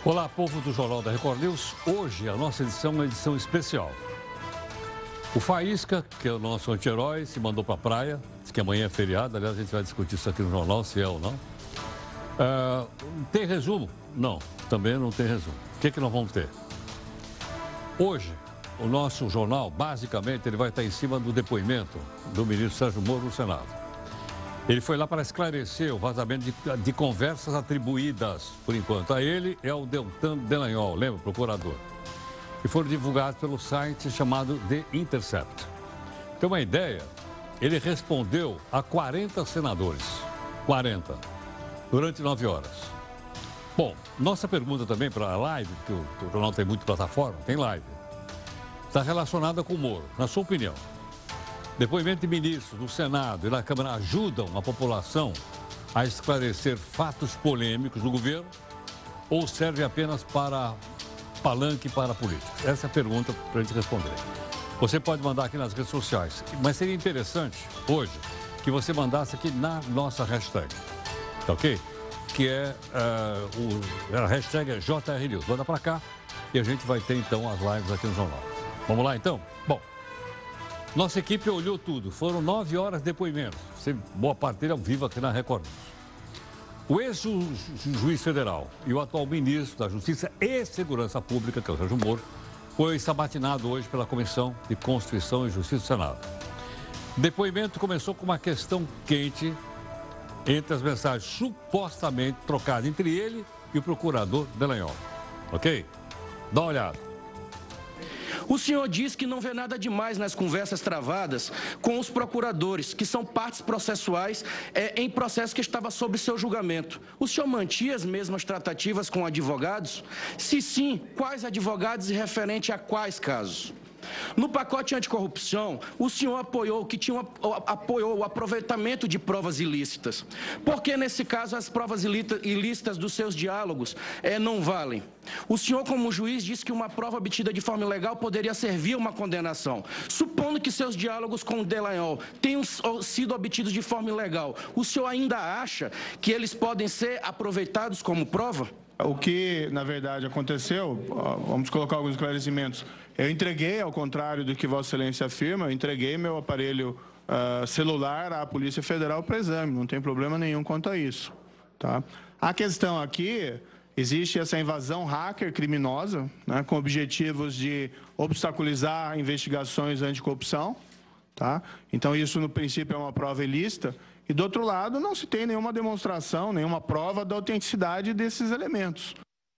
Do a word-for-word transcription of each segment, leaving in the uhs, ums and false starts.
Olá, povo do Jornal da Record News. Hoje a nossa edição é uma edição especial. O Faísca, que é o nosso anti-herói, se mandou para a praia. Diz que amanhã é feriado. Aliás, a gente vai discutir isso aqui no jornal, se é ou não. Uh, tem resumo? Não, também não tem resumo. O que, que nós vamos ter? Hoje, o nosso jornal, basicamente, ele vai estar em cima do depoimento do ministro Sérgio Moro no Senado. Ele foi lá para esclarecer o vazamento de, de conversas atribuídas, por enquanto, a ele e ao Deltan Dallagnol, lembra, procurador, que foram divulgados pelo site chamado The Intercept. Tem uma ideia? Ele respondeu a quarenta senadores, quarenta, durante nove horas. Bom, nossa pergunta também para a live, porque o, o jornal tem muita plataforma, tem live, está relacionada com o Moro. Na sua opinião, depoimento de ministros do Senado e da Câmara ajudam a população a esclarecer fatos polêmicos do governo ou serve apenas para palanque para políticos? Essa é a pergunta para a gente responder. Você pode mandar aqui nas redes sociais, mas seria interessante hoje que você mandasse aqui na nossa hashtag, tá ok? Que é, uh, o, a hashtag é J R News. Manda para cá e a gente vai ter então as lives aqui no jornal. Vamos lá então? Bom. Nossa equipe olhou tudo. Foram nove horas de depoimento. Boa parte dele ao vivo aqui na Record News. O ex-juiz federal e o atual ministro da Justiça e Segurança Pública, que é o Sérgio Moro, foi sabatinado hoje pela Comissão de Constituição e Justiça do Senado. O depoimento começou com uma questão quente entre as mensagens supostamente trocadas entre ele e o procurador Dallagnol. Ok? Dá uma olhada. O senhor diz que não vê nada demais nas conversas travadas com os procuradores, que são partes processuais é, em processo que estava sob seu julgamento. O senhor mantinha as mesmas tratativas com advogados? Se sim, quais advogados e referente a quais casos? No pacote anticorrupção, o senhor apoiou que tinha apoiou o aproveitamento de provas ilícitas. Porque, nesse caso, as provas ilícitas dos seus diálogos é, não valem? O senhor, como juiz, disse que uma prova obtida de forma ilegal poderia servir a uma condenação. Supondo que seus diálogos com o Dallagnol tenham sido obtidos de forma ilegal, o senhor ainda acha que eles podem ser aproveitados como prova? O que, na verdade, aconteceu, vamos colocar alguns esclarecimentos. Eu entreguei, ao contrário do que Vossa Excelência afirma, eu entreguei meu aparelho uh, celular à Polícia Federal para exame, não tem problema nenhum quanto a isso. Tá? A questão aqui, existe essa invasão hacker criminosa, né, com objetivos de obstaculizar investigações anticorrupção. Tá? Então, isso, no princípio, é uma prova ilícita. E, do outro lado, não se tem nenhuma demonstração, nenhuma prova da autenticidade desses elementos.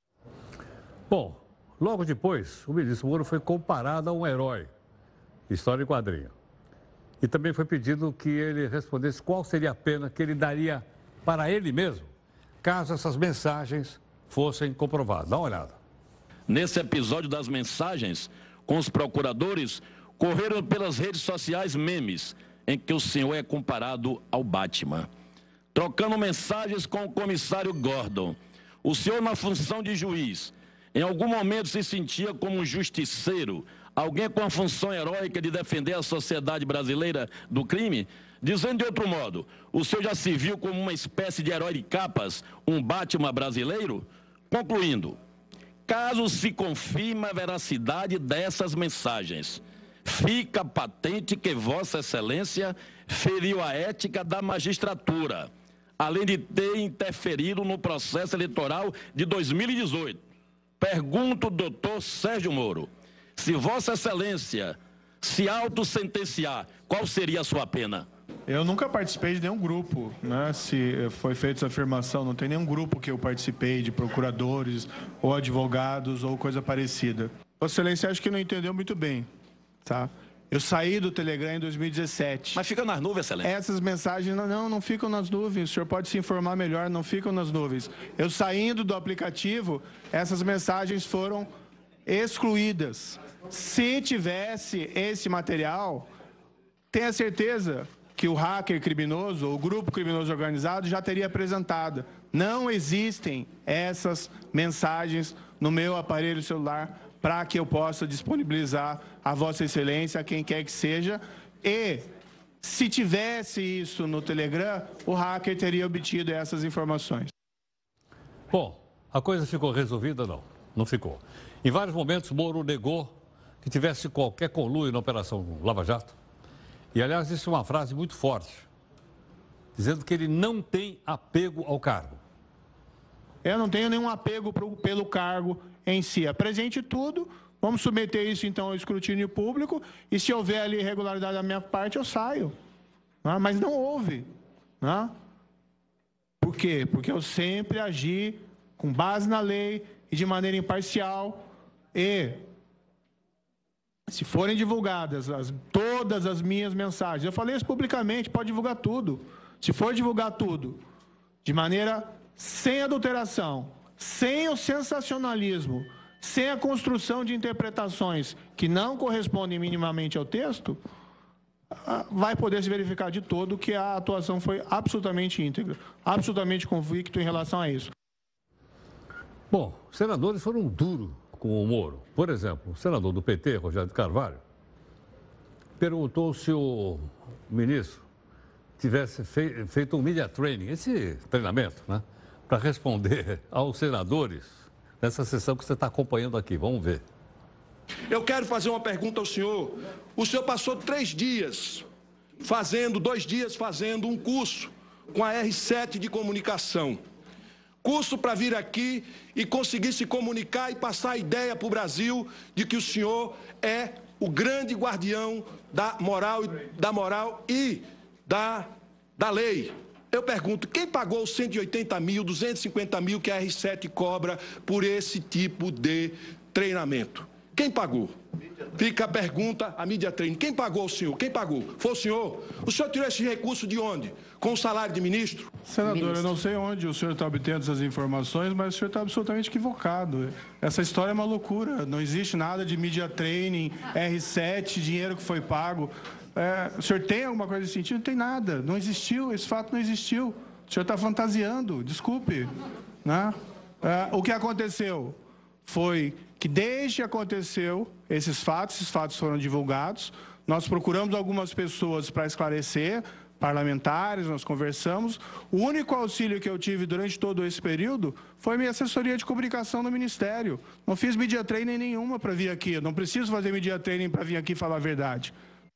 Bom, logo depois, o ministro Moro foi comparado a um herói, história em quadrinho. E também foi pedido que ele respondesse qual seria a pena que ele daria para ele mesmo, caso essas mensagens fossem comprovadas. Dá uma olhada. Nesse episódio das mensagens, com os procuradores, correram pelas redes sociais memes, em que o senhor é comparado ao Batman. Trocando mensagens com o comissário Gordon, o senhor, na função de juiz, em algum momento se sentia como um justiceiro, alguém com a função heróica de defender a sociedade brasileira do crime? Dizendo de outro modo, o senhor já se viu como uma espécie de herói de capas, um Batman brasileiro? Concluindo, caso se confirme a veracidade dessas mensagens, fica patente que Vossa Excelência feriu a ética da magistratura, além de ter interferido no processo eleitoral de dois mil e dezoito. Pergunto ao doutor Sérgio Moro, se Vossa Excelência se autossentenciar, qual seria a sua pena? Eu nunca participei de nenhum grupo, né? Se foi feita essa afirmação, não tem nenhum grupo que eu participei de procuradores ou advogados ou coisa parecida. Vossa Excelência, acho que não entendeu muito bem. Tá? Eu saí do Telegram em dois mil e dezessete. Mas fica nas nuvens, Excelência? Essas mensagens, não, não, não ficam nas nuvens. O senhor pode se informar melhor, não ficam nas nuvens. Eu saindo do aplicativo, essas mensagens foram excluídas. Se tivesse esse material, tenha certeza que o hacker criminoso, ou o grupo criminoso organizado, já teria apresentado. Não existem essas mensagens no meu aparelho celular para que eu possa disponibilizar a Vossa Excelência, a quem quer que seja. E, se tivesse isso no Telegram, o hacker teria obtido essas informações. Bom, a coisa ficou resolvida? Não, não ficou. Em vários momentos, Moro negou que tivesse qualquer conluio na Operação Lava Jato. E, aliás, isso é uma frase muito forte, dizendo que ele não tem apego ao cargo. Eu não tenho nenhum apego pro, pelo cargo em si. Apresente tudo, vamos submeter isso, então, ao escrutínio público, e se houver ali irregularidade da minha parte, eu saio. Né? Mas não houve. Né? Por quê? Porque eu sempre agi com base na lei e de maneira imparcial. E, se forem divulgadas as, todas as minhas mensagens, eu falei isso publicamente, pode divulgar tudo. Se for divulgar tudo, de maneira sem adulteração, sem o sensacionalismo, sem a construção de interpretações que não correspondem minimamente ao texto, vai poder se verificar de todo que a atuação foi absolutamente íntegra, absolutamente convicto em relação a isso. Bom, os senadores foram duros com o Moro. Por exemplo, o senador do P T, Rogério de Carvalho, perguntou se o ministro tivesse fei- feito um media training, esse treinamento, né, para responder aos senadores nessa sessão que você está acompanhando aqui. Vamos ver. Eu quero fazer uma pergunta ao senhor. O senhor passou três dias fazendo, dois dias fazendo um curso com a R sete de comunicação. Curso para vir aqui e conseguir se comunicar e passar a ideia para o Brasil de que o senhor é o grande guardião da moral, da moral e da, da lei. Eu pergunto, quem pagou os cento e oitenta mil, duzentos e cinquenta mil que a R sete cobra por esse tipo de treinamento? Quem pagou? Fica a pergunta, a mídia training. Quem pagou o senhor? Quem pagou? Foi o senhor? O senhor tirou esse recurso de onde? Com o salário de ministro? Senador, ministro. eu não sei onde o senhor está obtendo essas informações, mas o senhor está absolutamente equivocado. Essa história é uma loucura. Não existe nada de media training, R sete, dinheiro que foi pago. É, o senhor tem alguma coisa nesse sentido? Não tem nada. Não existiu, esse fato não existiu. O senhor está fantasiando, desculpe. Né? É, o que aconteceu foi que desde que aconteceu esses fatos, esses fatos foram divulgados, nós procuramos algumas pessoas para esclarecer, parlamentares, nós conversamos. O único auxílio que eu tive durante todo esse período foi minha assessoria de comunicação no Ministério. Não fiz media training nenhuma para vir aqui, eu não preciso fazer media training para vir aqui falar a verdade.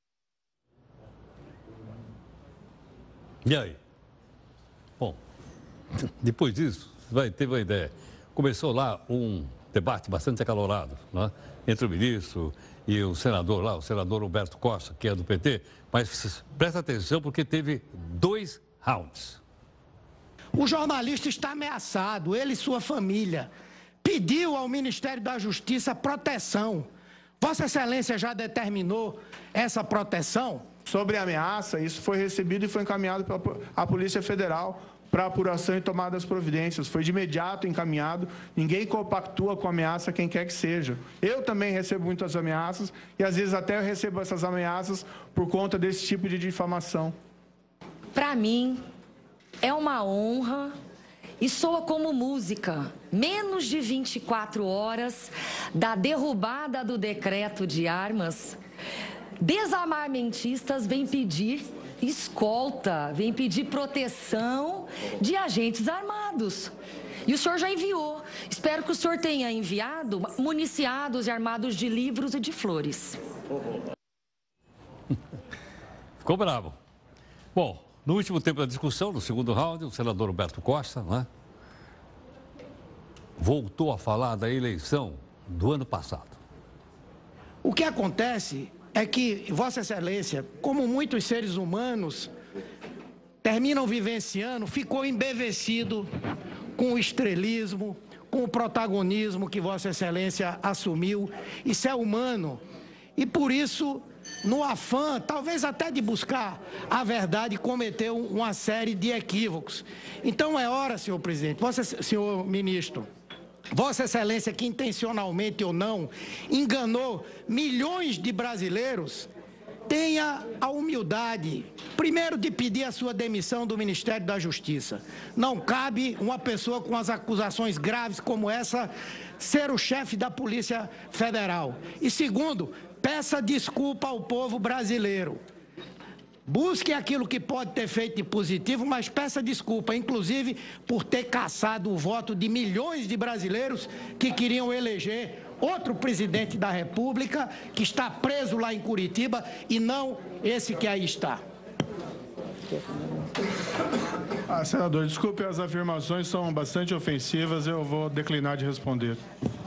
E aí? Bom, depois disso, você vai ter uma ideia. Começou lá um debate bastante acalorado, né, entre o ministro e o senador lá, o senador Roberto Costa, que é do P T, mas presta atenção porque teve dois rounds. O jornalista está ameaçado, ele e sua família. Pediu ao Ministério da Justiça proteção. Vossa Excelência já determinou essa proteção? Sobre a ameaça, isso foi recebido e foi encaminhado pela Polícia Federal para apuração e tomada das providências. Foi de imediato encaminhado, ninguém compactua com ameaça, quem quer que seja. Eu também recebo muitas ameaças e às vezes até eu recebo essas ameaças por conta desse tipo de difamação. Para mim, é uma honra e soa como música. Menos de vinte e quatro horas da derrubada do decreto de armas, desarmamentistas vêm pedir escolta, vem pedir proteção de agentes armados. E o senhor já enviou. Espero que o senhor tenha enviado municiados e armados de livros e de flores. Ficou bravo. Bom, no último tempo da discussão, no segundo round, o senador Roberto Costa, né, voltou a falar da eleição do ano passado. O que acontece é que Vossa Excelência, como muitos seres humanos, terminam vivenciando, ficou embevecido com o estrelismo, com o protagonismo que Vossa Excelência assumiu. Isso é humano. E por isso, no afã, talvez até de buscar a verdade, cometeu uma série de equívocos. Então é hora, senhor presidente, Vossa, senhor ministro, Vossa Excelência, que intencionalmente ou não, enganou milhões de brasileiros, tenha a humildade, primeiro, de pedir a sua demissão do Ministério da Justiça. Não cabe uma pessoa com as acusações graves como essa ser o chefe da Polícia Federal. E segundo, peça desculpa ao povo brasileiro. Busque aquilo que pode ter feito de positivo, mas peça desculpa, inclusive por ter caçado o voto de milhões de brasileiros que queriam eleger outro presidente da República, que está preso lá em Curitiba, e não esse que aí está. Ah, senador, desculpe, as afirmações são bastante ofensivas, eu vou declinar de responder.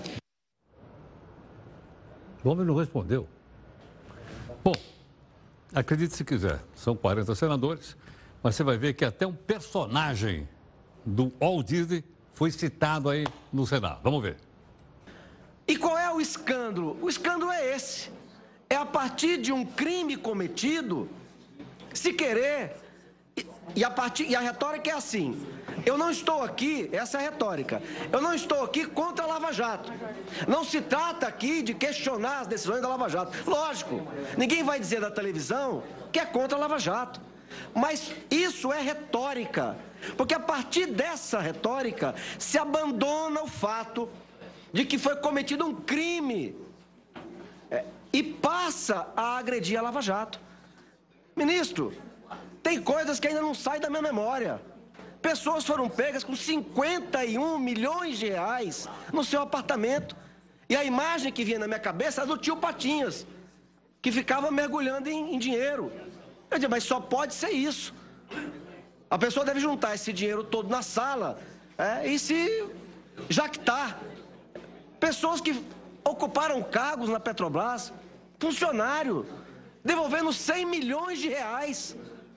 O homem não respondeu. Bom, acredite se quiser, são quarenta senadores, mas você vai ver que até um personagem do Walt Disney foi citado aí no Senado. Vamos ver. E qual é o escândalo? O escândalo é esse. É a partir de um crime cometido, se querer, e, e, a, partir, e a retórica é assim. Eu não estou aqui, essa é a retórica, eu não estou aqui contra a Lava Jato. Não se trata aqui de questionar as decisões da Lava Jato. Lógico, ninguém vai dizer da televisão que é contra a Lava Jato. Mas isso é retórica, porque a partir dessa retórica se abandona o fato de que foi cometido um crime é, e passa a agredir a Lava Jato. Ministro, tem coisas que ainda não saem da minha memória. Pessoas foram pegas com cinquenta e um milhões de reais no seu apartamento. E a imagem que vinha na minha cabeça era do tio Patinhas, que ficava mergulhando em, em dinheiro. Eu disse, mas só pode ser isso. A pessoa deve juntar esse dinheiro todo na sala é, e se jactar. Pessoas que ocuparam cargos na Petrobras, funcionário, devolvendo cem milhões de reais.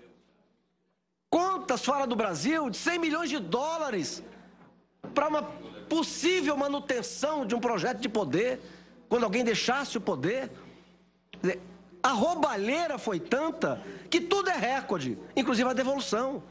Contas fora do Brasil de cem milhões de dólares para uma possível manutenção de um projeto de poder, quando alguém deixasse o poder. A roubalheira foi tanta que tudo é recorde, inclusive a devolução.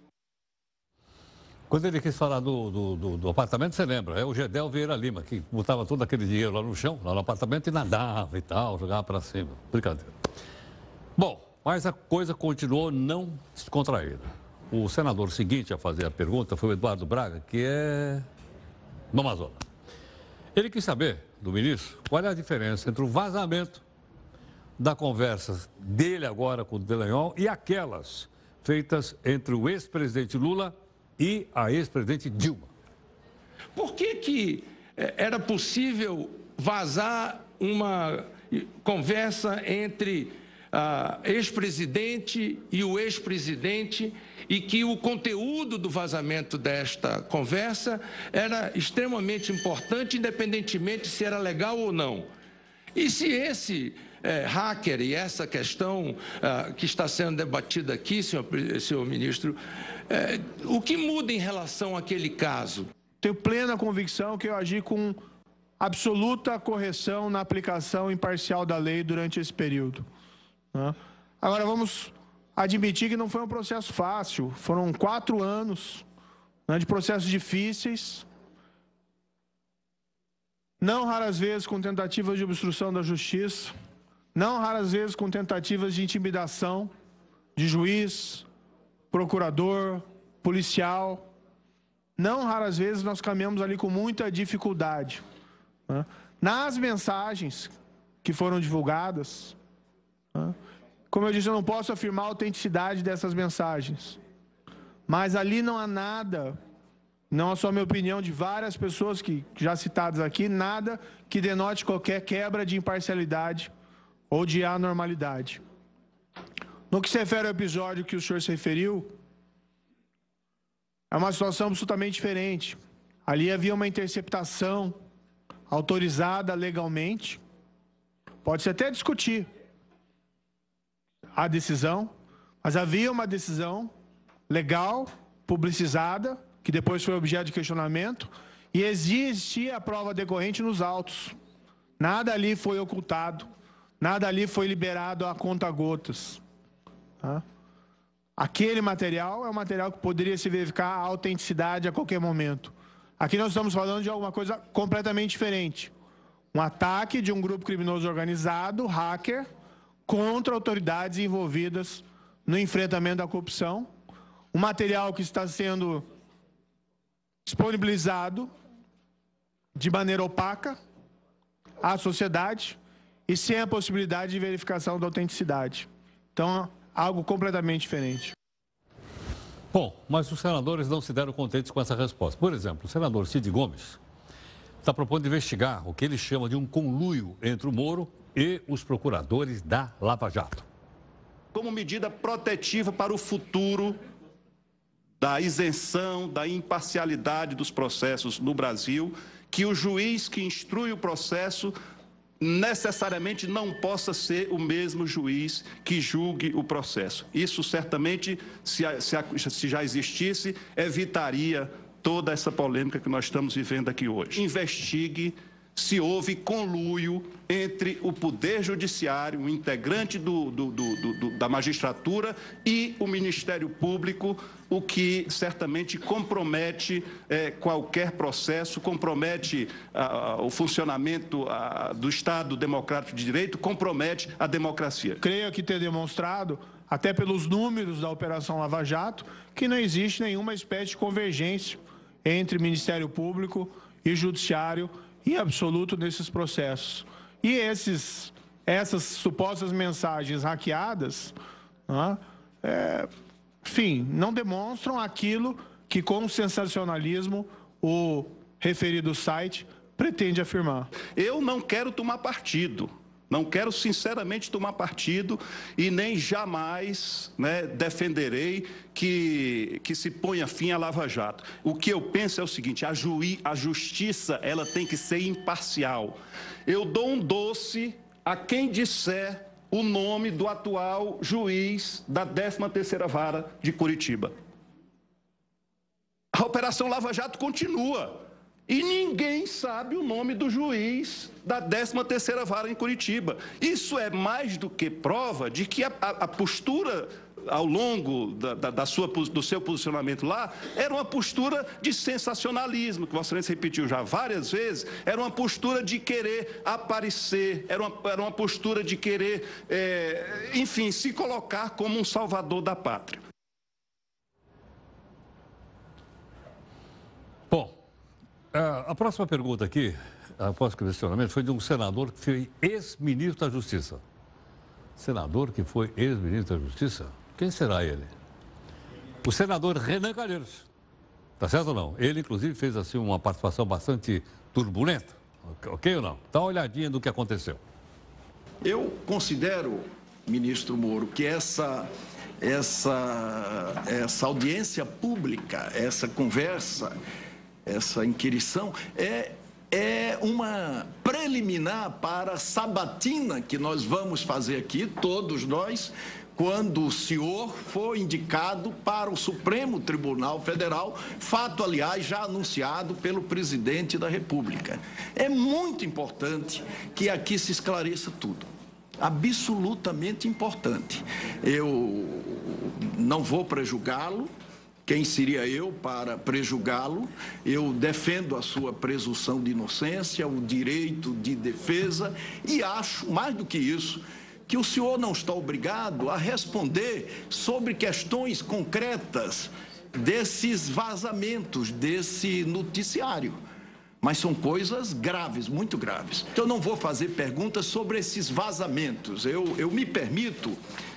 Quando ele quis falar do, do, do, do apartamento, você lembra, é o Gedel Vieira Lima, que botava todo aquele dinheiro lá no chão, lá no apartamento, e nadava e tal, jogava para cima. Brincadeira. Bom, mas a coisa continuou não descontraída. O senador seguinte a fazer a pergunta foi o Eduardo Braga, que é no Amazonas. Ele quis saber do ministro qual é a diferença entre o vazamento da conversa dele agora com o Dallagnol e aquelas feitas entre o ex-presidente Lula e a ex-presidente Dilma. Por que que era possível vazar uma conversa entre a ex-presidente e o ex-presidente e que o conteúdo do vazamento desta conversa era extremamente importante, independentemente se era legal ou não? E se esse é, hacker e essa questão ah, que está sendo debatida aqui, senhor, senhor ministro, é, o que muda em relação àquele caso? Tenho plena convicção que eu agi com absoluta correção na aplicação imparcial da lei durante esse período. Né? Agora, vamos admitir que não foi um processo fácil. Foram quatro anos, né, de processos difíceis, não raras vezes com tentativas de obstrução da justiça, não raras vezes com tentativas de intimidação de juiz, procurador, policial. Não raras vezes nós caminhamos ali com muita dificuldade. Né? Nas mensagens que foram divulgadas, né? Como eu disse, eu não posso afirmar a autenticidade dessas mensagens, mas ali não há nada, não é só a minha opinião, de várias pessoas que já citadas aqui, nada que denote qualquer quebra de imparcialidade ou de anormalidade. No que se refere ao episódio que o senhor se referiu, é uma situação absolutamente diferente. Ali havia uma interceptação autorizada legalmente, pode-se até discutir a decisão, mas havia uma decisão legal, publicizada, que depois foi objeto de questionamento, e existia a prova decorrente nos autos. Nada ali foi ocultado, nada ali foi liberado a conta-gotas. Tá? Aquele material é um material que poderia se verificar a autenticidade a qualquer momento. Aqui nós estamos falando de alguma coisa completamente diferente. Um ataque de um grupo criminoso organizado, hacker, contra autoridades envolvidas no enfrentamento da corrupção. Um material que está sendo disponibilizado de maneira opaca à sociedade e sem a possibilidade de verificação da autenticidade. Então, algo completamente diferente. Bom, mas os senadores não se deram contentes com essa resposta. Por exemplo, o senador Cid Gomes está propondo investigar o que ele chama de um conluio entre o Moro e os procuradores da Lava Jato. Como medida protetiva para o futuro da isenção, da imparcialidade dos processos no Brasil, que o juiz que instrui o processo necessariamente não possa ser o mesmo juiz que julgue o processo. Isso certamente, se, se, se já existisse, evitaria toda essa polêmica que nós estamos vivendo aqui hoje. Investigue se houve conluio entre o Poder Judiciário, o integrante do, do, do, do, da magistratura e o Ministério Público, o que certamente compromete eh, qualquer processo, compromete ah, o funcionamento ah, do Estado Democrático de Direito, compromete a democracia. Creio que ter demonstrado, até pelos números da Operação Lava Jato, que não existe nenhuma espécie de convergência entre Ministério Público e Judiciário em absoluto nesses processos. E esses, essas supostas mensagens hackeadas, né, é, enfim, não demonstram aquilo que com sensacionalismo o referido site pretende afirmar. Eu não quero tomar partido. Não quero, sinceramente, tomar partido e nem jamais, né, defenderei que, que se ponha fim à Lava Jato. O que eu penso é o seguinte, a, juí, a justiça ela tem que ser imparcial. Eu dou um doce a quem disser o nome do atual juiz da décima terceira Vara de Curitiba. A Operação Lava Jato continua. E ninguém sabe o nome do juiz da décima terceira Vara em Curitiba. Isso é mais do que prova de que a, a, a postura ao longo da, da, da sua, do seu posicionamento lá era uma postura de sensacionalismo, que Vossa Excelência repetiu já várias vezes, era uma postura de querer aparecer, era uma, era uma postura de querer, é, enfim, se colocar como um salvador da pátria. Bom, a próxima pergunta aqui, após o questionamento, foi de um senador que foi ex-ministro da Justiça. Senador que foi ex-ministro da Justiça? Quem será ele? O senador Renan Calheiros. Tá certo ou não? Ele, inclusive, fez assim uma participação bastante turbulenta. Ok ou não? Dá uma olhadinha do que aconteceu. Eu considero, ministro Moro, que essa, essa, essa audiência pública, essa conversa, essa inquirição é, é uma preliminar para a sabatina que nós vamos fazer aqui, todos nós, quando o senhor for indicado para o Supremo Tribunal Federal, fato, aliás, já anunciado pelo presidente da República. É muito importante que aqui se esclareça tudo. Absolutamente importante. Eu não vou prejulgá-lo. Quem seria eu para prejulgá-lo? Eu defendo a sua presunção de inocência, o direito de defesa e acho, mais do que isso, que o senhor não está obrigado a responder sobre questões concretas desses vazamentos, desse noticiário. Mas são coisas graves, muito graves. Então, eu não vou fazer perguntas sobre esses vazamentos. Eu, eu me permito,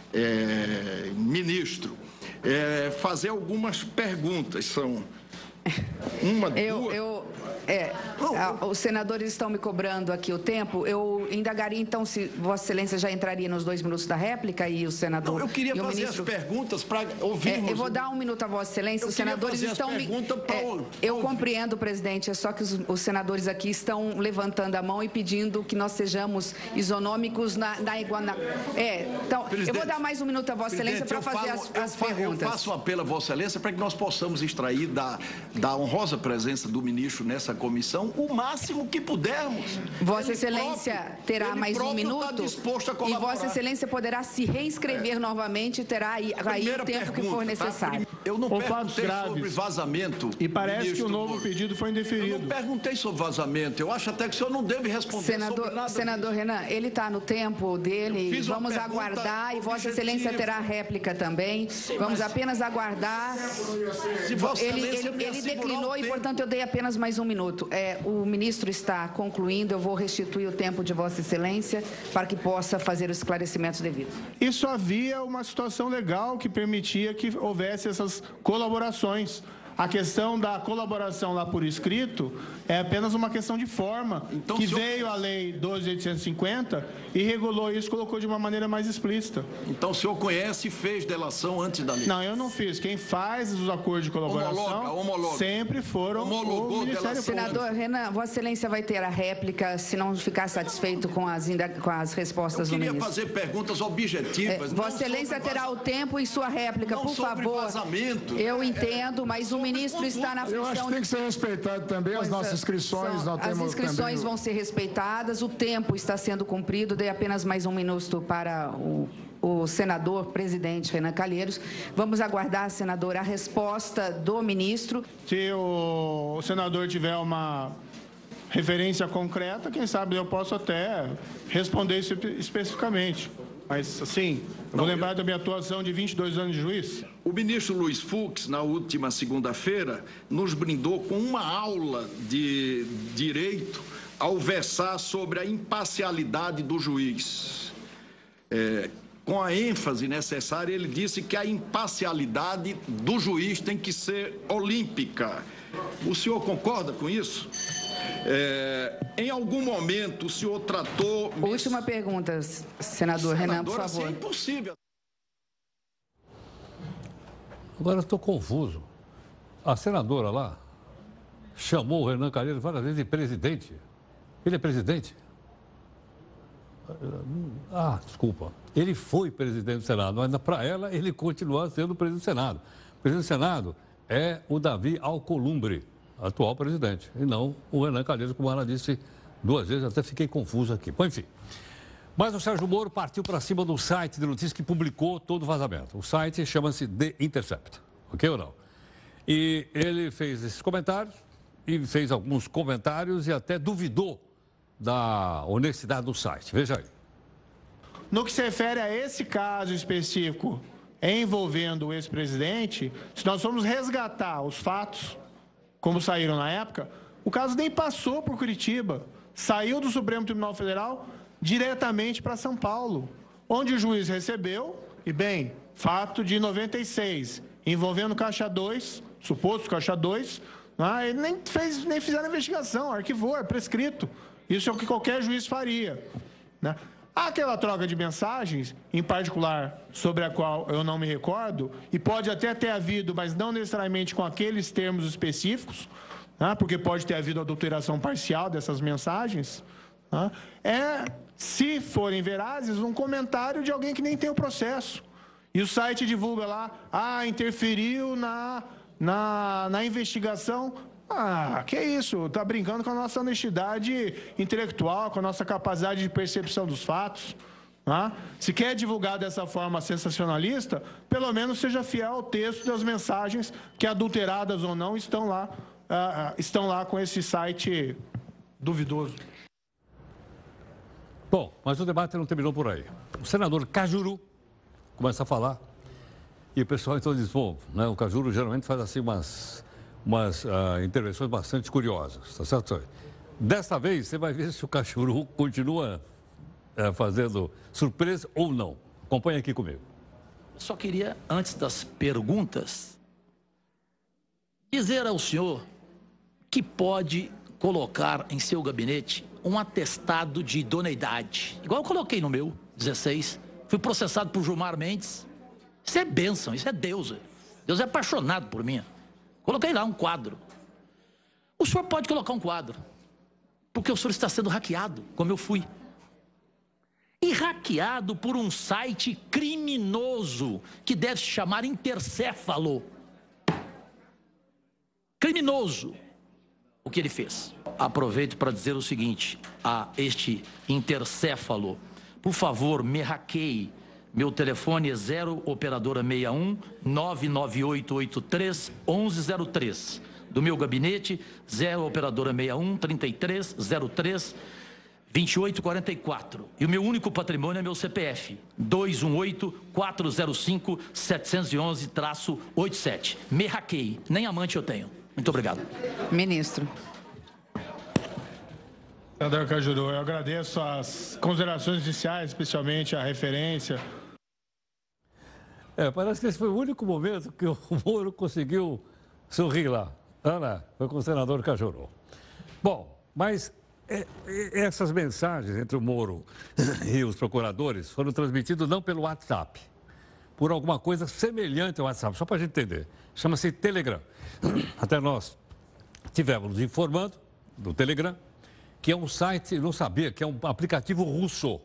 é, ministro, É, fazer algumas perguntas, são uma, eu, duas... Eu, é, a, os senadores estão me cobrando aqui o tempo, eu indagaria então se Vossa Excelência já entraria nos dois minutos da réplica e o senador... Não, eu queria e o fazer ministro... as perguntas para ouvirmos... É, eu vou dar um minuto a Vossa Excelência, eu os senadores estão me... Pra... É, eu compreendo, presidente, é só que os, os senadores aqui estão levantando a mão e pedindo que nós sejamos isonômicos na, na iguana... É, então, presidente, eu vou dar mais um minuto a Vossa Excelência para fazer falo, as, as eu perguntas. Eu faço um apelo a Vossa Excelência para que nós possamos extrair da, da honrosa presença do ministro nessa comissão o máximo que pudermos. Vossa ele Excelência próprio, terá mais um minuto tá disposto a e Vossa Excelência poderá se reescrever é. novamente e terá aí, aí o tempo pergunta, que for necessário. Tá? Eu não Ou perguntei sobre vazamento. E parece que o novo Moro. pedido foi indeferido. Eu não perguntei sobre vazamento. Eu acho até que o senhor não deve responder senador, sobre nada. Senador disso. Renan, ele está no tempo dele. Vamos aguardar e Vossa Excelência terá réplica também. Sim, Vamos apenas aguardar. Se Vossa ele ele, ele declinou e, portanto, eu dei apenas mais um minuto. minuto. É, o ministro está concluindo, eu vou restituir o tempo de Vossa Excelência para que possa fazer os esclarecimentos devidos. Isso havia uma situação legal que permitia que houvesse essas colaborações. A questão da colaboração lá por escrito é apenas uma questão de forma, então, que senhor... veio a Lei doze mil oitocentos e cinquenta e regulou isso, colocou de uma maneira mais explícita. Então o senhor conhece e fez delação antes da lei? Não, eu não fiz. Quem faz os acordos de colaboração homologa, homologa. sempre foram Homologou o Ministério Público. Senador Renan, Vossa Excelência vai ter a réplica se não ficar satisfeito com as, com as respostas do ministro. Eu queria fazer perguntas objetivas. É, Vossa Excelência terá o tempo em sua réplica, não por favor. Vazamento. Eu entendo, mas o ministro está na função... Eu acho que tem que ser respeitado também as nossas inscrições. São, as inscrições vão ser respeitadas, o tempo está sendo cumprido. Dei apenas mais um minuto para o, o senador presidente Renan Calheiros. Vamos aguardar, senador, a resposta do ministro. Se o, o senador tiver uma referência concreta, quem sabe eu posso até responder isso especificamente. Mas, assim, eu vou lembrar da minha atuação de vinte e dois anos de juiz. O ministro Luiz Fux, na última segunda-feira, nos brindou com uma aula de direito ao versar sobre a imparcialidade do juiz. É, com a ênfase necessária, ele disse que a imparcialidade do juiz tem que ser olímpica. O senhor concorda com isso? É, em algum momento o senhor tratou... Última pergunta, senador Renan, por favor. Assim é impossível. Agora eu estou confuso. A senadora lá chamou o Renan Calheiros várias vezes de presidente. Ele é presidente? Ah, desculpa. Ele foi presidente do Senado, mas para ela ele continua sendo presidente do Senado. O presidente do Senado é o Davi Alcolumbre, atual presidente, e não o Renan Calheiros, como ela disse duas vezes, até fiquei confuso aqui. Bom, enfim. Mas o Sérgio Moro partiu para cima do site de notícias que publicou todo o vazamento. O site chama-se The Intercept, ok ou não? E ele fez esses comentários, e fez alguns comentários e até duvidou da honestidade do site. Veja aí. No que se refere a esse caso específico envolvendo o ex-presidente, se nós formos resgatar os fatos, como saíram na época, o caso nem passou por Curitiba, saiu do Supremo Tribunal Federal diretamente para São Paulo, onde o juiz recebeu, e bem, fato de noventa e seis, envolvendo Caixa dois, suposto Caixa dois, ah, ele nem, fez, nem fizeram a investigação, arquivou, é prescrito. Isso é o que qualquer juiz faria, né? Aquela troca de mensagens, em particular, sobre a qual eu não me recordo, e pode até ter havido, mas não necessariamente com aqueles termos específicos, né, porque pode ter havido adulteração parcial dessas mensagens, né, é, se forem verazes, um comentário de alguém que nem tem o processo. E o site divulga lá, ah, interferiu na, na, na investigação. Ah, que isso, tá brincando com a nossa honestidade intelectual, com a nossa capacidade de percepção dos fatos. Ah? Se quer divulgar dessa forma sensacionalista, pelo menos seja fiel ao texto das mensagens que, adulteradas ou não, estão lá, ah, estão lá com esse site duvidoso. Bom, mas o debate não terminou por aí. O senador Cajuru começa a falar e o pessoal então diz, bom, né, o Cajuru geralmente faz assim umas... umas uh, intervenções bastante curiosas, tá certo? Desta vez, você vai ver se o Cajuru continua uh, fazendo surpresa ou não. Acompanhe aqui comigo. Só queria, antes das perguntas, dizer ao senhor que pode colocar em seu gabinete um atestado de idoneidade. Igual eu coloquei no meu, dezesseis. Fui processado por Gilmar Mendes. Isso é bênção, isso é Deus. Deus é apaixonado por mim. Coloquei lá um quadro. O senhor pode colocar um quadro, porque o senhor está sendo hackeado, como eu fui. E hackeado por um site criminoso, que deve se chamar Intercéfalo. Criminoso, o que ele fez. Aproveito para dizer o seguinte a este Intercéfalo. Por favor, me hackeie. Meu telefone é zero operadora sessenta e um, nove nove oito oito três, onze zero três. Do meu gabinete, zero operadora sessenta e um, trinta e três, zero três, vinte e oito quarenta e quatro. E o meu único patrimônio é meu C P F, dois um oito, quatro zero cinco, sete um um, oitenta e sete. Me hackeie, nem amante eu tenho. Muito obrigado. Ministro. Senador Cajuru, eu agradeço as considerações iniciais, especialmente a referência. É, parece que esse foi o único momento que o Moro conseguiu sorrir lá. Ana, foi com o senador Cajuru. Bom, mas é, é, essas mensagens entre o Moro e os procuradores foram transmitidas não pelo WhatsApp, por alguma coisa semelhante ao WhatsApp, só para a gente entender. Chama-se Telegram. Até nós tivemos nos informando do Telegram, que é um site, não sabia, que é um aplicativo russo.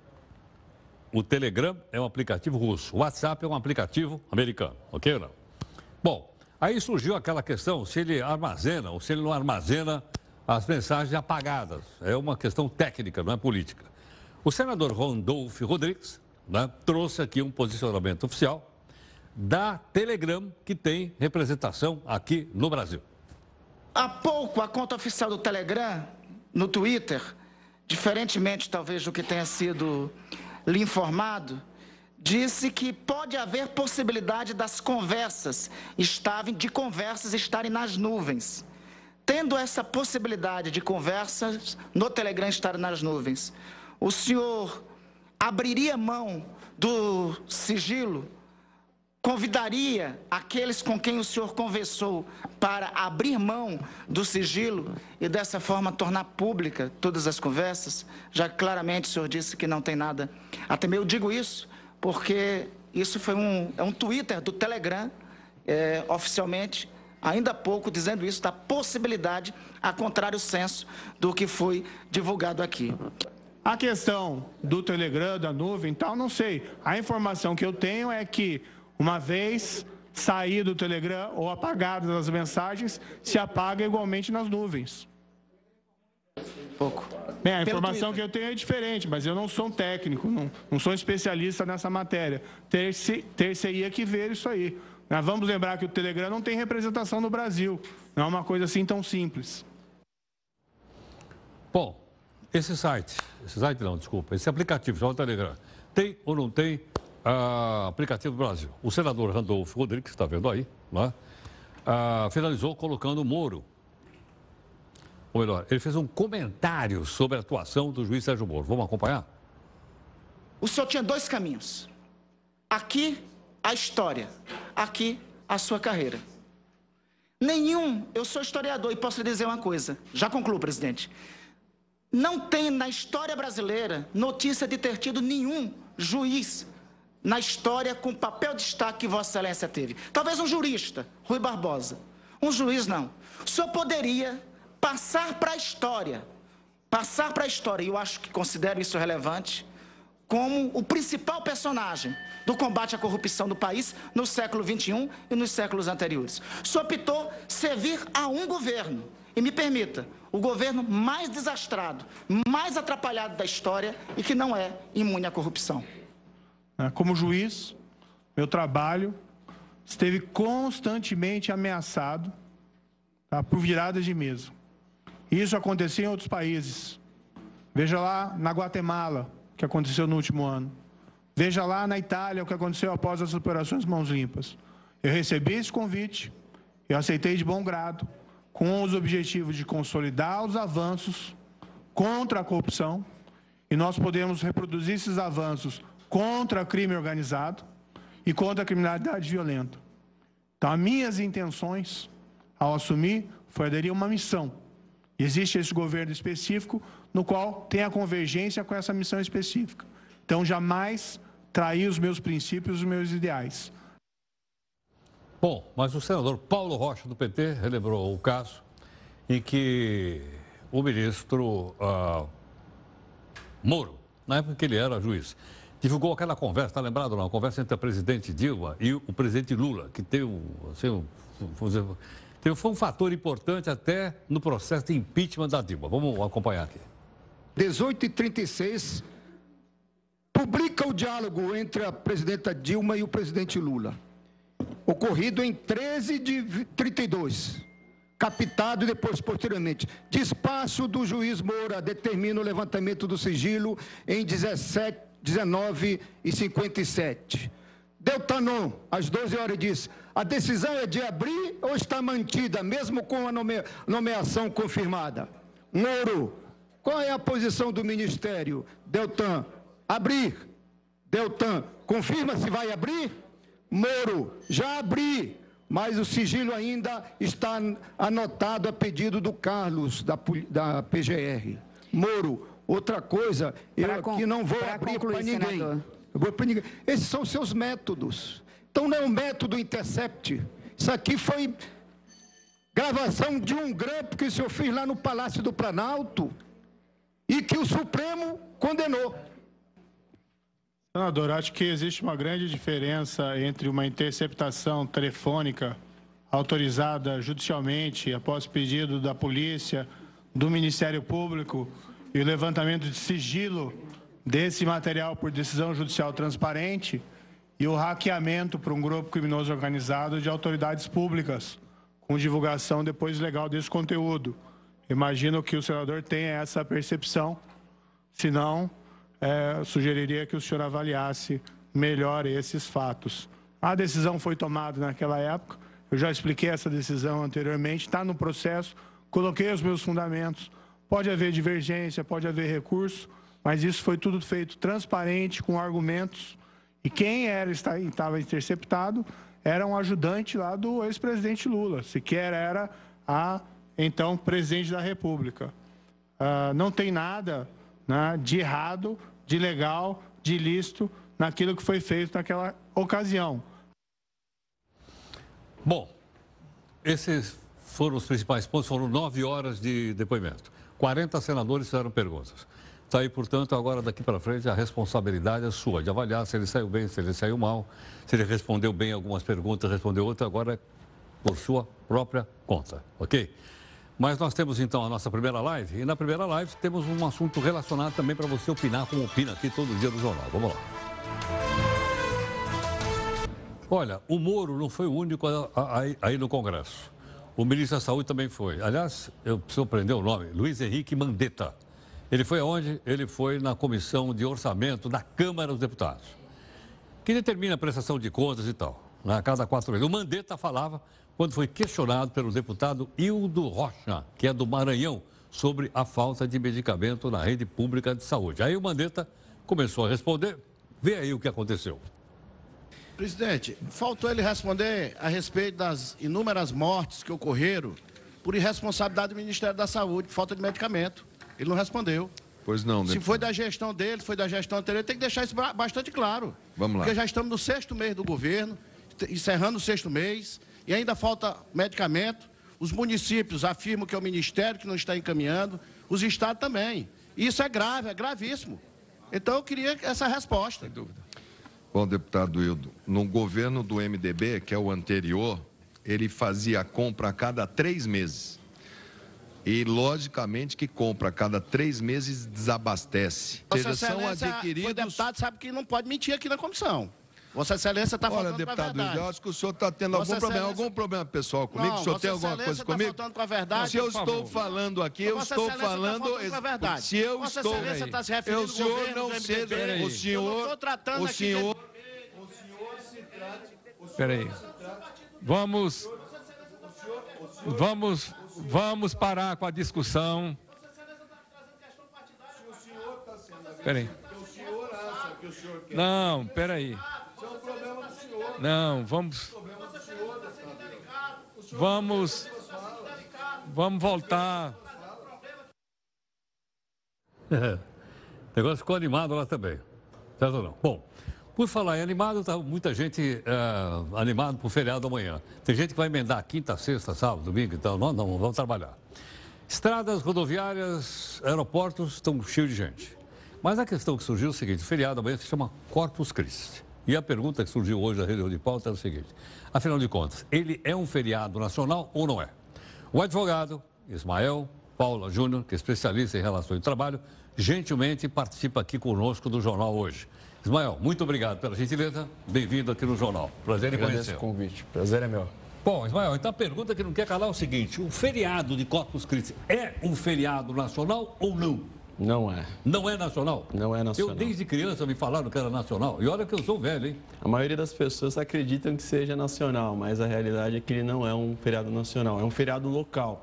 O Telegram é um aplicativo russo. O WhatsApp é um aplicativo americano, ok ou não? Bom, aí surgiu aquela questão se ele armazena ou se ele não armazena as mensagens apagadas. É uma questão técnica, não é política. O senador Randolph Rodrigues, né, trouxe aqui um posicionamento oficial da Telegram, que tem representação aqui no Brasil. Há pouco, a conta oficial do Telegram, no Twitter, diferentemente talvez do que tenha sido lhe informado, disse que pode haver possibilidade das conversas estarem, de conversas estarem nas nuvens. Tendo essa possibilidade de conversas no Telegram estarem nas nuvens, o senhor abriria mão do sigilo? Convidaria aqueles com quem o senhor conversou para abrir mão do sigilo e dessa forma tornar pública todas as conversas? Já que claramente o senhor disse que não tem nada a temer. Eu digo isso porque isso foi um, é um Twitter do Telegram, é, oficialmente, ainda há pouco, dizendo isso, da possibilidade, a contrário senso do que foi divulgado aqui. A questão do Telegram, da nuvem, tal, não sei. A informação que eu tenho é que, uma vez sair do Telegram ou apagadas as mensagens, se apaga igualmente nas nuvens. Pouco. Bem, a informação que eu tenho é diferente, mas eu não sou um técnico, não, não sou um especialista nessa matéria. Ter-se-ia que ver isso aí. Nós vamos lembrar que o Telegram não tem representação no Brasil. Não é uma coisa assim tão simples. Bom, esse site, esse site não, desculpa, esse aplicativo, chama Telegram, tem ou não tem uh, aplicativo do Brasil? O senador Randolph Rodrigues, que está vendo aí, né, uh, finalizou colocando o Moro. Ou melhor, ele fez um comentário sobre a atuação do juiz Sérgio Moro. Vamos acompanhar? O senhor tinha dois caminhos. Aqui, a história. Aqui, a sua carreira. Nenhum, eu sou historiador e posso lhe dizer uma coisa. Já concluo, presidente. Não tem na história brasileira notícia de ter tido nenhum juiz na história com papel de destaque que Vossa Excelência teve. Talvez um jurista, Rui Barbosa. Um juiz, não. O senhor poderia passar para a história, passar para a história, e eu acho que considero isso relevante, como o principal personagem do combate à corrupção do país no século vinte e um e nos séculos anteriores. O senhor optou servir a um governo, e me permita, o governo mais desastrado, mais atrapalhado da história e que não é imune à corrupção. Como juiz, meu trabalho esteve constantemente ameaçado, tá, por viradas de mesa. Isso aconteceu em outros países. Veja lá na Guatemala, o que aconteceu no último ano. Veja lá na Itália o que aconteceu após as operações Mãos Limpas. Eu recebi esse convite, eu aceitei de bom grado, com os objetivos de consolidar os avanços contra a corrupção, e nós podemos reproduzir esses avanços contra o crime organizado e contra a criminalidade violenta. Então, as minhas intenções, ao assumir, foi aderir a uma missão. Existe esse governo específico, no qual tem a convergência com essa missão específica. Então, jamais trair os meus princípios, os meus ideais. Bom, mas o senador Paulo Rocha, do P T, relembrou o caso em que o ministro uh, Moro, na época que ele era juiz, divulgou aquela conversa, está lembrado não? A conversa entre a presidente Dilma e o presidente Lula, que teve um, assim, um, um, foi um fator importante até no processo de impeachment da Dilma. Vamos acompanhar aqui. dezoito e trinta e seis, publica o diálogo entre a presidenta Dilma e o presidente Lula, ocorrido em treze de trinta e dois, captado e depois, posteriormente. Despacho do juiz Moura determina o levantamento do sigilo em dezessete, dezenove e cinquenta e sete. Deltanon, às doze horas, diz: a decisão é de abrir ou está mantida, mesmo com a nome... nomeação confirmada? Moro: Qual é a posição do Ministério? Deltan, abrir. Deltan, confirma se vai abrir? Moro, já abri, mas o sigilo ainda está anotado a pedido do Carlos, da, da P G R. Moro, outra coisa, eu pra aqui não vou abrir para ninguém. Eu vou pra ninguém. Esses são os seus métodos. Então não é um método Intercept. Isso aqui foi gravação de um grampo que o senhor fez lá no Palácio do Planalto e que o Supremo condenou. Senador, acho que existe uma grande diferença entre uma interceptação telefônica autorizada judicialmente após pedido da polícia, do Ministério Público e o levantamento de sigilo desse material por decisão judicial transparente e o hackeamento por um grupo criminoso organizado de autoridades públicas com divulgação depois legal desse conteúdo. Imagino que o senador tenha essa percepção, senão É, sugeriria que o senhor avaliasse melhor esses fatos. A decisão foi tomada naquela época, eu já expliquei essa decisão anteriormente, está no processo, coloquei os meus fundamentos, pode haver divergência, pode haver recurso, mas isso foi tudo feito transparente, com argumentos, e quem era, estava interceptado era um ajudante lá do ex-presidente Lula, sequer era a, então, presidente da República. Uh, não tem nada, né, de errado, de legal, de ilícito naquilo que foi feito naquela ocasião. Bom, esses foram os principais pontos, foram nove horas de depoimento. quarenta senadores fizeram perguntas. Está aí, portanto, agora daqui para frente a responsabilidade é sua, de avaliar se ele saiu bem, se ele saiu mal, se ele respondeu bem algumas perguntas, respondeu outras, agora é por sua própria conta, ok? Mas nós temos, então, a nossa primeira live. E na primeira live temos um assunto relacionado também para você opinar, como opina aqui todo dia no jornal. Vamos lá. Olha, o Moro não foi o único aí no Congresso. O ministro da Saúde também foi. Aliás, eu preciso aprender o nome. Luiz Henrique Mandetta. Ele foi aonde? Ele foi na Comissão de Orçamento da Câmara dos Deputados, que determina a prestação de contas e tal, a cada quatro meses. O Mandetta falava, quando foi questionado pelo deputado Hildo Rocha, que é do Maranhão, sobre a falta de medicamento na rede pública de saúde. Aí o Mandetta começou a responder. Vê aí o que aconteceu. Presidente, faltou ele responder a respeito das inúmeras mortes que ocorreram por irresponsabilidade do Ministério da Saúde, por falta de medicamento. Ele não respondeu. Pois não, Se foi da gestão dele, foi da gestão anterior, tem que deixar isso bastante claro. Vamos lá. Porque já estamos no sexto mês do governo, encerrando o sexto mês, e ainda falta medicamento. Os municípios afirmam que é o Ministério que não está encaminhando, os estados também. Isso é grave, é gravíssimo. Então eu queria essa resposta. Sem dúvida. Bom, deputado Hildo, no governo do M D B, que é o anterior, ele fazia a compra a cada três meses. E, logicamente, que compra a cada três meses desabastece. Ou seja, são adquiridos... O deputado sabe que não pode mentir aqui na comissão. Vossa Excelência está falando com a verdade. Olha, deputado, eu acho que o senhor está tendo algum problema, algum problema pessoal comigo? Não, o senhor tem alguma coisa comigo? Tá com a verdade, se eu estou falando aqui, eu estou falando... Tá com a verdade. Se eu Vossa estou... Excelência está se referindo o senhor não seja... O senhor... O senhor... Espera aí. Vamos... Vamos... Vamos parar com a discussão. Espera aí. Não, espera aí. Não, vamos... Vamos... Vamos voltar. É, o negócio ficou animado lá também. Certo ou não? Bom, por falar em animado, está muita gente é, animada para o feriado amanhã. Tem gente que vai emendar quinta, sexta, sábado, domingo, então não, não, vamos trabalhar. Estradas, rodoviárias, aeroportos estão cheios de gente. Mas a questão que surgiu é o seguinte, o feriado amanhã se chama Corpus Christi. E a pergunta que surgiu hoje na reunião de pauta é o seguinte, afinal de contas, ele é um feriado nacional ou não é? O advogado Ismael Paula Júnior, que é especialista em relações de trabalho, gentilmente participa aqui conosco do Jornal hoje. Ismael, muito obrigado pela gentileza, bem-vindo aqui no Jornal. Prazer em conhecer. Agradeço o convite, prazer é meu. Bom, Ismael, então a pergunta que não quer calar é o seguinte, o feriado de Corpus Christi é um feriado nacional ou não? Não é. Não é nacional? Não é nacional. Eu desde criança me falaram que era nacional, e olha que eu sou velho, hein? A maioria das pessoas acreditam que seja nacional, mas a realidade é que ele não é um feriado nacional, é um feriado local.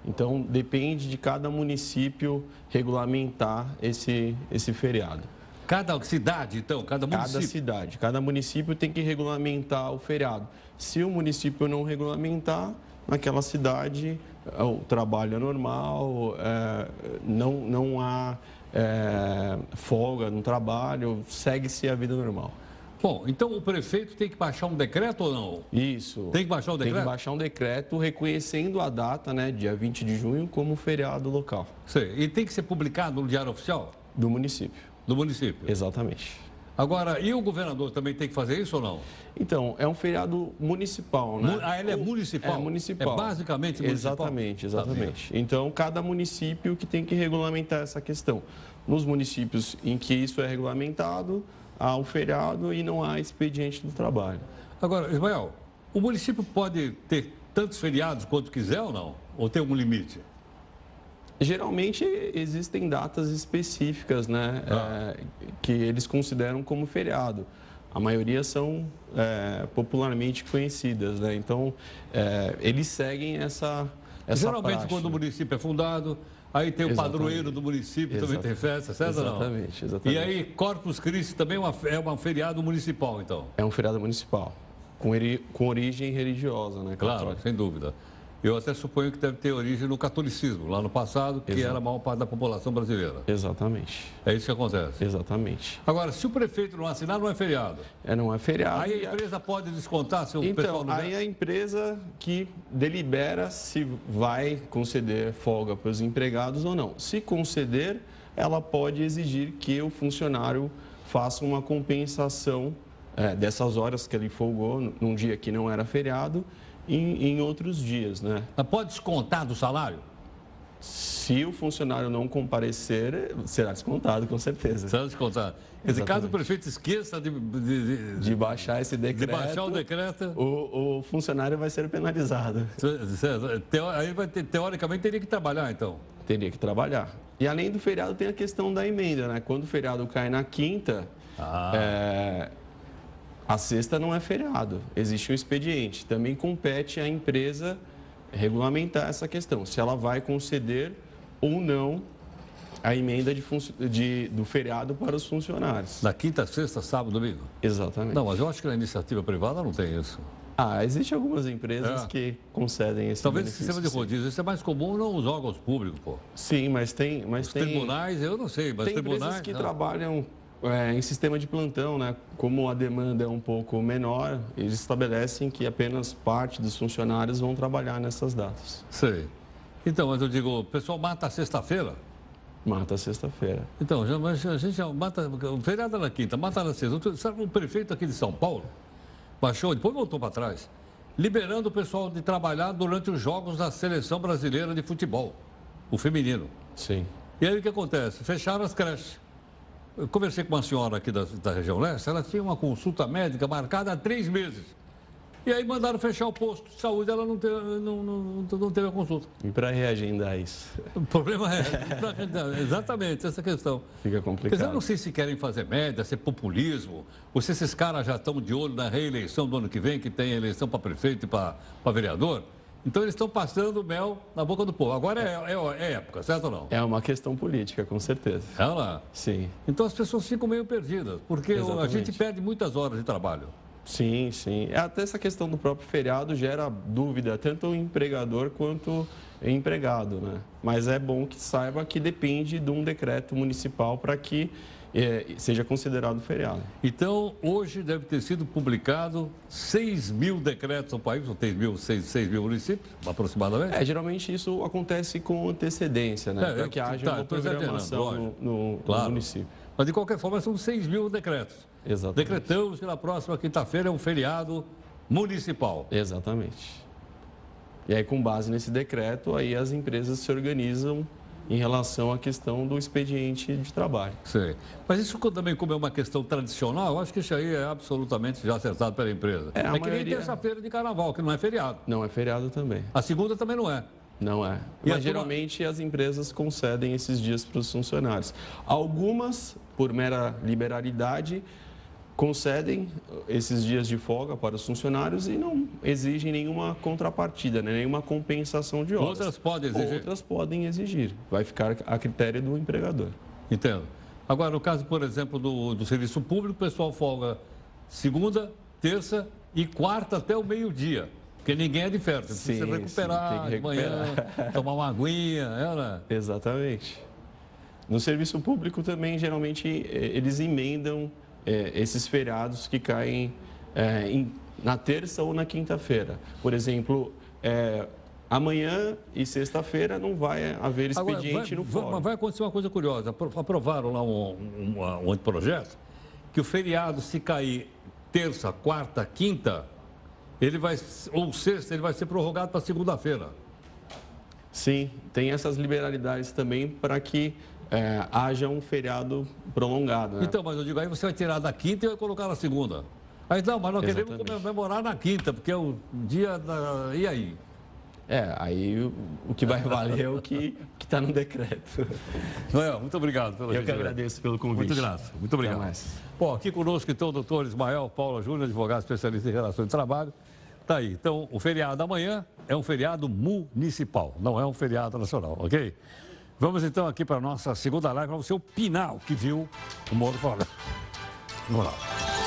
Então, depende de cada município regulamentar esse, esse feriado. Cada cidade, então, cada município? Cada cidade, cada município tem que regulamentar o feriado. Se o município não regulamentar, naquela cidade o trabalho é normal, é, não, não há é, folga no trabalho, segue-se a vida normal. Bom, então o prefeito tem que baixar um decreto ou não? Isso. Tem que baixar um decreto? Tem que baixar um decreto reconhecendo a data, né, dia vinte de junho, como feriado local. Sim. E tem que ser publicado no Diário Oficial? Do município. Do município? Exatamente. Agora, e o governador também tem que fazer isso ou não? Então, é um feriado municipal, né? Ah, ele é municipal? É municipal. É basicamente municipal? Exatamente, exatamente. Então, cada município que tem que regulamentar essa questão. Nos municípios em que isso é regulamentado, há o feriado e não há expediente do trabalho. Agora, Ismael, o município pode ter tantos feriados quanto quiser ou não? Ou tem algum limite? Geralmente existem datas específicas, né, ah. é, que eles consideram como feriado. A maioria são é, popularmente conhecidas, né? Então é, eles seguem essa essa Geralmente praxe, quando né? o município é fundado, aí tem o Exatamente. padroeiro do município, também Exatamente. tem festa, certo ou não? Exatamente, exatamente. E aí Corpus Christi também é, uma, é um feriado municipal, então? É um feriado municipal, com, ori com origem religiosa, né? Claro, católica. sem dúvida. Eu até suponho que deve ter origem no catolicismo, lá no passado, que Exato. era a maior parte da população brasileira. Exatamente. É isso que acontece. Exatamente. Agora, se o prefeito não assinar, não é feriado. É, não é feriado. Aí a empresa pode descontar se o então, pessoal não... aí a empresa que delibera se vai conceder folga para os empregados ou não. Se conceder, ela pode exigir que o funcionário faça uma compensação é, dessas horas que ele folgou num dia que não era feriado, Em, em outros dias, né? Mas pode descontar do salário? Se o funcionário não comparecer, será descontado, com certeza. Será descontado. Quer dizer, caso o prefeito esqueça de, de, de, de baixar esse decreto, de baixar o decreto, o, o funcionário vai ser penalizado. Aí vai ter, teoricamente teria que trabalhar, então. Teria que trabalhar. E além do feriado tem a questão da emenda, né? Quando o feriado cai na quinta, ah. é, a sexta não é feriado, existe um expediente. Também compete à empresa regulamentar essa questão, se ela vai conceder ou não a emenda de de, do feriado para os funcionários. Na quinta, sexta, sábado, domingo? Exatamente. Não, mas eu acho que na iniciativa privada não tem isso. Ah, existem algumas empresas é. que concedem esse Talvez benefício, sistema de rodízio. Isso é mais comum nos órgãos públicos, pô. Sim, mas tem... Mas os tem, tribunais, eu não sei, mas tem tribunais... empresas que não. trabalham é, em sistema de plantão, né? Como a demanda é um pouco menor, eles estabelecem que apenas parte dos funcionários vão trabalhar nessas datas. Sei. Então, mas eu digo, o pessoal mata a sexta-feira? Mata a sexta-feira. Então, já, mas a gente já mata... O feriado é na quinta, mata na sexta. Sabe, o prefeito aqui de São Paulo baixou, depois voltou para trás, liberando o pessoal de trabalhar durante os jogos da Seleção Brasileira de Futebol, o feminino. Sim. E aí o que acontece? Fecharam as creches. Eu conversei com uma senhora aqui da, da região leste, ela tinha uma consulta médica marcada há três meses. E aí mandaram fechar o posto de saúde, ela não teve, não, não, não teve a consulta. E para reagendar isso? O problema é, pra, exatamente, essa questão. Fica complicado. Quer dizer, eu não sei se querem fazer média, se é populismo, ou se esses caras já estão de olho na reeleição do ano que vem, que tem eleição para prefeito e para vereador. Então eles estão passando mel na boca do povo. Agora é, é, é época, certo ou não? É uma questão política, com certeza. É lá? Sim. Então as pessoas ficam meio perdidas, porque Exatamente. a gente perde muitas horas de trabalho. Sim, sim. Até essa questão do próprio feriado gera dúvida, tanto o empregador quanto o empregado, né? Mas é bom que saiba que depende de um decreto municipal para que é, seja considerado feriado. Então, hoje deve ter sido publicado seis mil decretos no país, ou seis mil, seis mil municípios, aproximadamente? É, geralmente isso acontece com antecedência, né? É, para que haja tá, uma programação no, no, claro. no município. Mas, de qualquer forma, são seis mil decretos. Exatamente. Decretamos que na próxima quinta-feira é um feriado municipal. Exatamente. E aí, com base nesse decreto, aí as empresas se organizam em relação à questão do expediente de trabalho. Sim. Mas isso também, como é uma questão tradicional, eu acho que isso aí é absolutamente já acertado pela empresa. É, é que maioria... nem terça-feira de carnaval, que não é feriado. Não é feriado também. A segunda também não é. Não é. E Mas geralmente turma... as empresas concedem esses dias para os funcionários. Algumas, por mera liberalidade, concedem esses dias de folga para os funcionários e não exigem nenhuma contrapartida, né? Nenhuma compensação de horas. Outras podem exigir? Outras podem exigir. Vai ficar a critério do empregador. Entendo. Agora, no caso, por exemplo, do, do serviço público, o pessoal folga segunda, terça e quarta até o meio-dia. Porque ninguém é de férias. Precisa Sim, recuperar, sim, tem que recuperar de manhã, tomar uma aguinha, é, né? Exatamente. No serviço público também, geralmente, eles emendam é, esses feriados que caem é, em, na terça ou na quinta-feira. Por exemplo, é, amanhã e sexta-feira não vai haver expediente Agora, vai, no vai, fórum. vai acontecer uma coisa curiosa. Aprovaram lá um, um, um anteprojeto que o feriado, se cair terça, quarta, quinta, ele vai, ou sexta, ele vai ser prorrogado para segunda-feira. Sim, tem essas liberalidades também para que é, haja um feriado prolongado. Né? Então, mas eu digo, aí você vai tirar da quinta e vai colocar na segunda. Aí não, mas nós Exatamente. queremos comemorar na quinta, porque é o dia da... E aí? É, aí o, o que vai valer é o que está no decreto. Noel, muito obrigado pela Eu que agradeço pelo convite. Muito grato, muito obrigado. Até mais. Bom, aqui conosco então o doutor Ismael Paula Júnior, advogado especialista em relações de trabalho. Tá aí. Então, o feriado amanhã é um feriado municipal, não é um feriado nacional, ok? Vamos então aqui para a nossa segunda live, para você opinar o que viu o Moro falando. Vamos lá.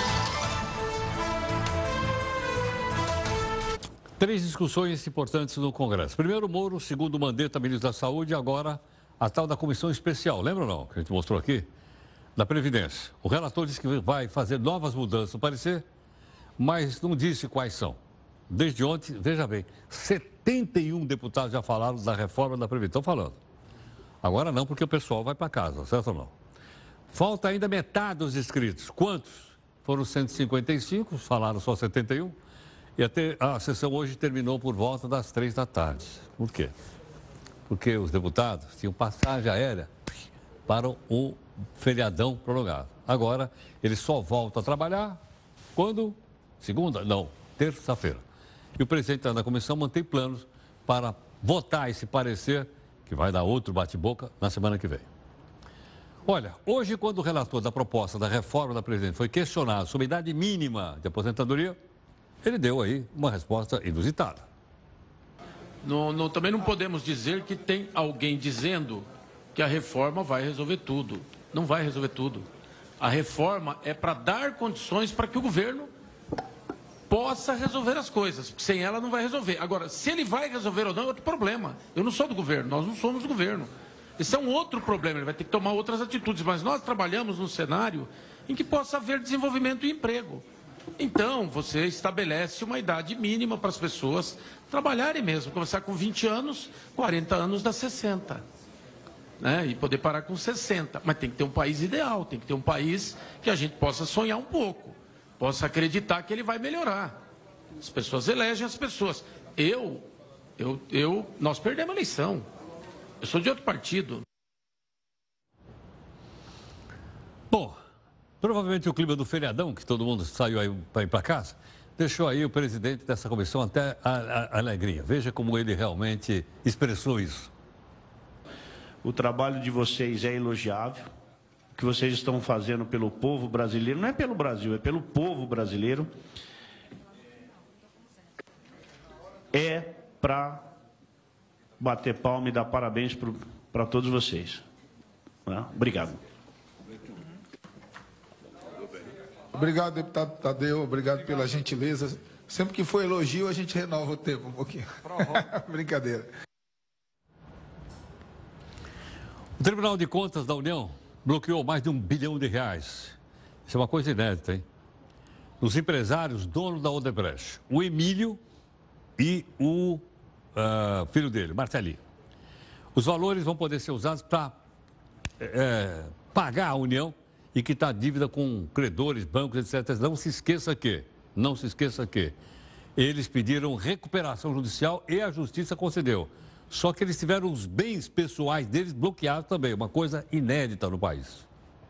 Três discussões importantes no Congresso. Primeiro, Moro, segundo Mandetta, ministro da Saúde, e agora a tal da comissão especial. Lembra ou não, que a gente mostrou aqui? Da Previdência. O relator disse que vai fazer novas mudanças no parecer, mas não disse quais são. Desde ontem, veja bem, setenta e um deputados já falaram da reforma da Previdência. Estão falando. Agora não, porque o pessoal vai para casa, certo ou não? Falta ainda metade dos inscritos. Quantos? Foram cento e cinquenta e cinco, falaram só setenta e um. E até a sessão hoje terminou por volta das três da tarde. Por quê? Porque os deputados tinham passagem aérea para o feriadão prolongado. Agora, eles só voltam a trabalhar quando? Segunda? Não, terça-feira. E o presidente da comissão mantém planos para votar esse parecer, que vai dar outro bate-boca, na semana que vem. Olha, hoje, quando o relator da proposta da reforma da Previdência foi questionado sobre a idade mínima de aposentadoria, ele deu aí uma resposta inusitada. Não, não, também não podemos dizer que tem alguém dizendo que a reforma vai resolver tudo. Não vai resolver tudo. A reforma é para dar condições para que o governo possa resolver as coisas. Porque sem ela não vai resolver. Agora, se ele vai resolver ou não é outro problema. Eu não sou do governo, nós não somos do governo. Esse é um outro problema, ele vai ter que tomar outras atitudes. Mas nós trabalhamos num cenário em que possa haver desenvolvimento e emprego. Então, você estabelece uma idade mínima para as pessoas trabalharem mesmo. Começar com vinte anos, quarenta anos dá sessenta. Né? E poder parar com sessenta. Mas tem que ter um país ideal, tem que ter um país que a gente possa sonhar um pouco. Possa acreditar que ele vai melhorar. As pessoas elegem as pessoas. Eu, eu, eu, nós perdemos a eleição. Eu sou de outro partido. Bom, provavelmente o clima do feriadão, que todo mundo saiu aí para ir para casa, deixou aí o presidente dessa comissão até a, a, a alegria. Veja como ele realmente expressou isso. O trabalho de vocês é elogiável. O que vocês estão fazendo pelo povo brasileiro, não é pelo Brasil, é pelo povo brasileiro, é para bater palma e dar parabéns para todos vocês. Tá? Obrigado. Obrigado, deputado Tadeu, obrigado pela gentileza. Sempre que for elogio, a gente renova o tempo um pouquinho. Brincadeira. O Tribunal de Contas da União bloqueou mais de um bilhão de reais. Isso é uma coisa inédita, hein? Os empresários, dono da Odebrecht, o Emílio e o uh, filho dele, Marcelinho. Os valores vão poder ser usados para é, pagar a União e quitar dívida com credores, bancos, etcétera. Não se esqueça que, não se esqueça que eles pediram recuperação judicial e a Justiça concedeu. Só que eles tiveram os bens pessoais deles bloqueados também, uma coisa inédita no país.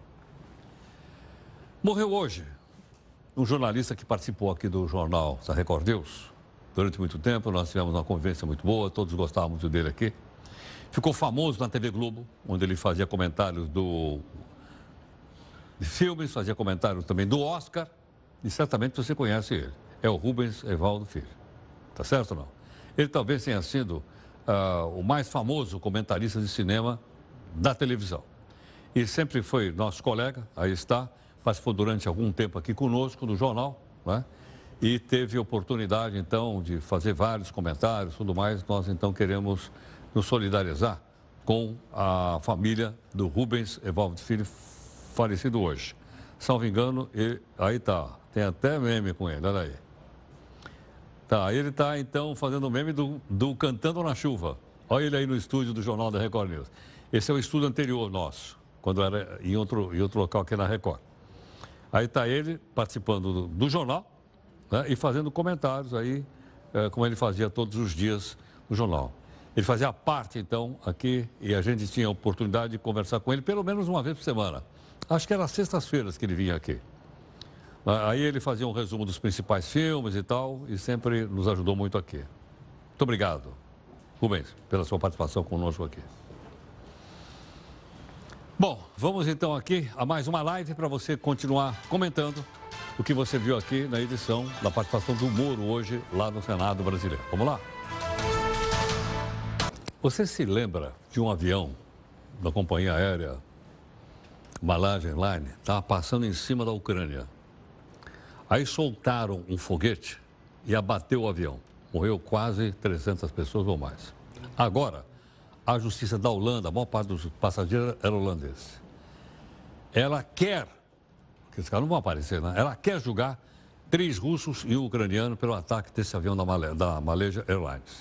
Morreu hoje um jornalista que participou aqui do jornal da Record News. Durante muito tempo, nós tivemos uma convivência muito boa, todos gostavam muito dele aqui. Ficou famoso na T V Globo, onde ele fazia comentários do de filmes, fazia comentário também do Oscar, e certamente você conhece ele. É o Rubens Evaldo Filho. Tá certo ou não? Ele talvez tenha sido uh, o mais famoso comentarista de cinema da televisão. E sempre foi nosso colega, aí está, participou durante algum tempo aqui conosco no jornal, né? E teve oportunidade, então, de fazer vários comentários e tudo mais. Nós, então, queremos nos solidarizar com a família do Rubens Evaldo Filho, falecido hoje. Salvo engano, ele... aí tá, tem até meme com ele, olha aí. Tá, ele está, então, fazendo o meme do, do Cantando na Chuva. Olha ele aí no estúdio do Jornal da Record News. Esse é o estúdio anterior nosso, quando era em outro, em outro local aqui na Record. Aí está ele participando do, do jornal, né, e fazendo comentários aí, é, como ele fazia todos os dias no jornal. Ele fazia parte, então, aqui, e a gente tinha a oportunidade de conversar com ele pelo menos uma vez por semana. Acho que era às sextas-feiras que ele vinha aqui. Aí ele fazia um resumo dos principais filmes e tal, e sempre nos ajudou muito aqui. Muito obrigado, Rubens, pela sua participação conosco aqui. Bom, vamos então aqui a mais uma live para você continuar comentando o que você viu aqui na edição da participação do Moro hoje lá no Senado brasileiro. Vamos lá? Você se lembra de um avião da companhia aérea Malaysia Airlines? Estava passando em cima da Ucrânia. Aí soltaram um foguete e abateu o avião. Morreu quase trezentas pessoas ou mais. Agora, a justiça da Holanda, a maior parte dos passageiros era holandês. Ela quer, porque esses caras não vão aparecer, né? Ela quer julgar três russos e um ucraniano pelo ataque desse avião da, Malé, da Malaysia Airlines.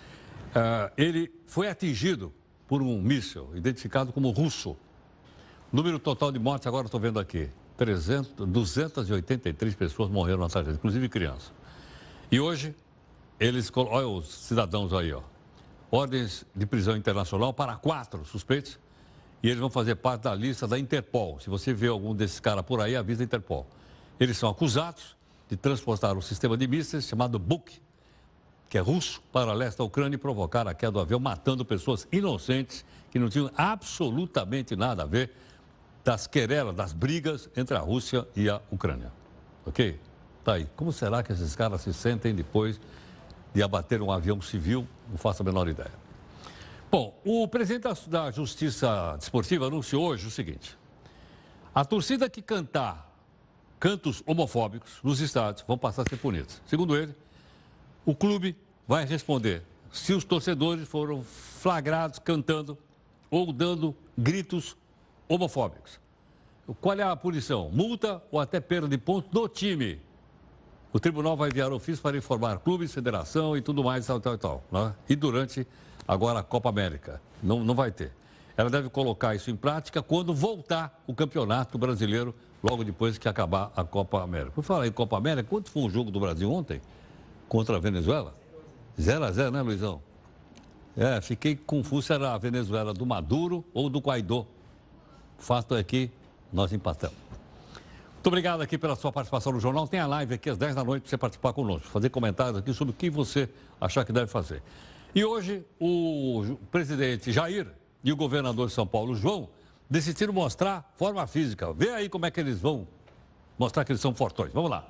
Uh, ele foi atingido por um míssil identificado como russo. Número total de mortes, agora estou vendo aqui, duzentas e oitenta e três pessoas morreram na tragédia, inclusive crianças. E hoje, eles, olha os cidadãos aí, ó. Ordens de prisão internacional para quatro suspeitos e eles vão fazer parte da lista da Interpol. Se você vê algum desses caras por aí, avisa a Interpol. Eles são acusados de transportar um sistema de mísseis chamado Buk, que é russo, para leste da Ucrânia e provocar a queda do avião, matando pessoas inocentes que não tinham absolutamente nada a ver das querelas, das brigas entre a Rússia e a Ucrânia. Ok? Tá aí. Como será que esses caras se sentem depois de abater um avião civil? Não faço a menor ideia. Bom, o presidente da Justiça Desportiva anunciou hoje o seguinte: a torcida que cantar cantos homofóbicos nos estádios vão passar a ser punidos. Segundo ele, o clube vai responder se os torcedores foram flagrados cantando ou dando gritos homofóbicos. Qual é a punição? Multa ou até perda de pontos do time? O tribunal vai enviar ofício para informar clubes, federação e tudo mais, tal, tal, tal. Né? E durante, agora, a Copa América. Não, não vai ter. Ela deve colocar isso em prática quando voltar o Campeonato Brasileiro, logo depois que acabar a Copa América. Por falar em Copa América, quanto foi o jogo do Brasil ontem contra a Venezuela? zero a zero, né, Luizão? É, fiquei confuso se era a Venezuela do Maduro ou do Guaidó. O fato é que nós empatamos. Muito obrigado aqui pela sua participação no jornal. Tem a live aqui às dez da noite para você participar conosco, fazer comentários aqui sobre o que você achar que deve fazer. E hoje o presidente Jair e o governador de São Paulo, João, decidiram mostrar forma física. Vê aí como é que eles vão mostrar que eles são fortões. Vamos lá.